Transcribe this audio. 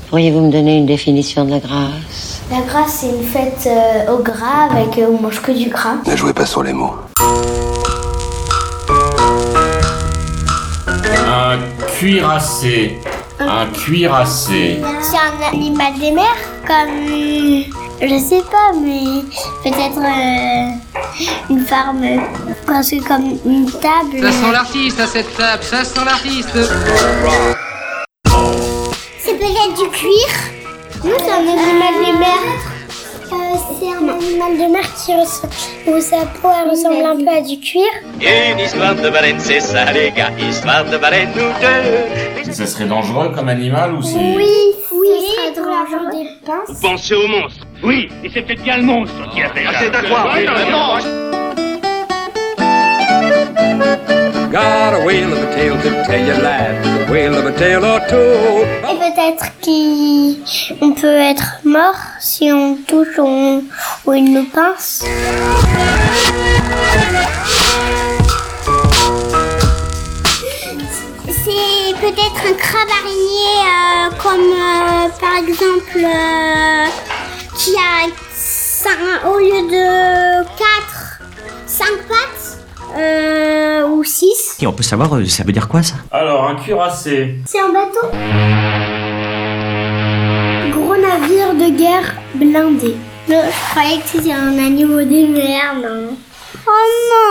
Pourriez-vous me donner une définition de la grâce? La grâce, c'est une fête au gras avec on mange que du gras. Ne jouez pas sur les mots. Un cuirassé. Un cuirassé. C'est un animal des mers, comme... je sais pas, mais peut-être une farme. Parce que comme une table... Ça sent l'artiste à cette table, ça sent l'artiste. C'est peut-être du cuir. Non, c'est un animal des mers. C'est un animal de mer où sa peau elle ressemble un peu à du cuir. Une histoire de baleine, c'est ça les gars, histoire de baleine nous deux. Ça serait dangereux comme animal ou c'est... Oui, ça serait dangereux des pinces. Pensez au monstre. Oui, et c'est peut-être bien le monstre qui a fait ça. C'est d'accord. Got a whale of a tale to tell you, lad. A whale of a tale or two. Et peut-être qu'on peut être mort si on touche ou il nous pince. C'est peut-être un crabe araignée comme par exemple qui a au lieu de 5 pattes. Ou 6. Et on peut savoir, ça veut dire quoi ça? Alors, un cuirassé. C'est un bateau. Gros navire de guerre blindé. Je croyais que c'était un animal des mers, non. Oh non.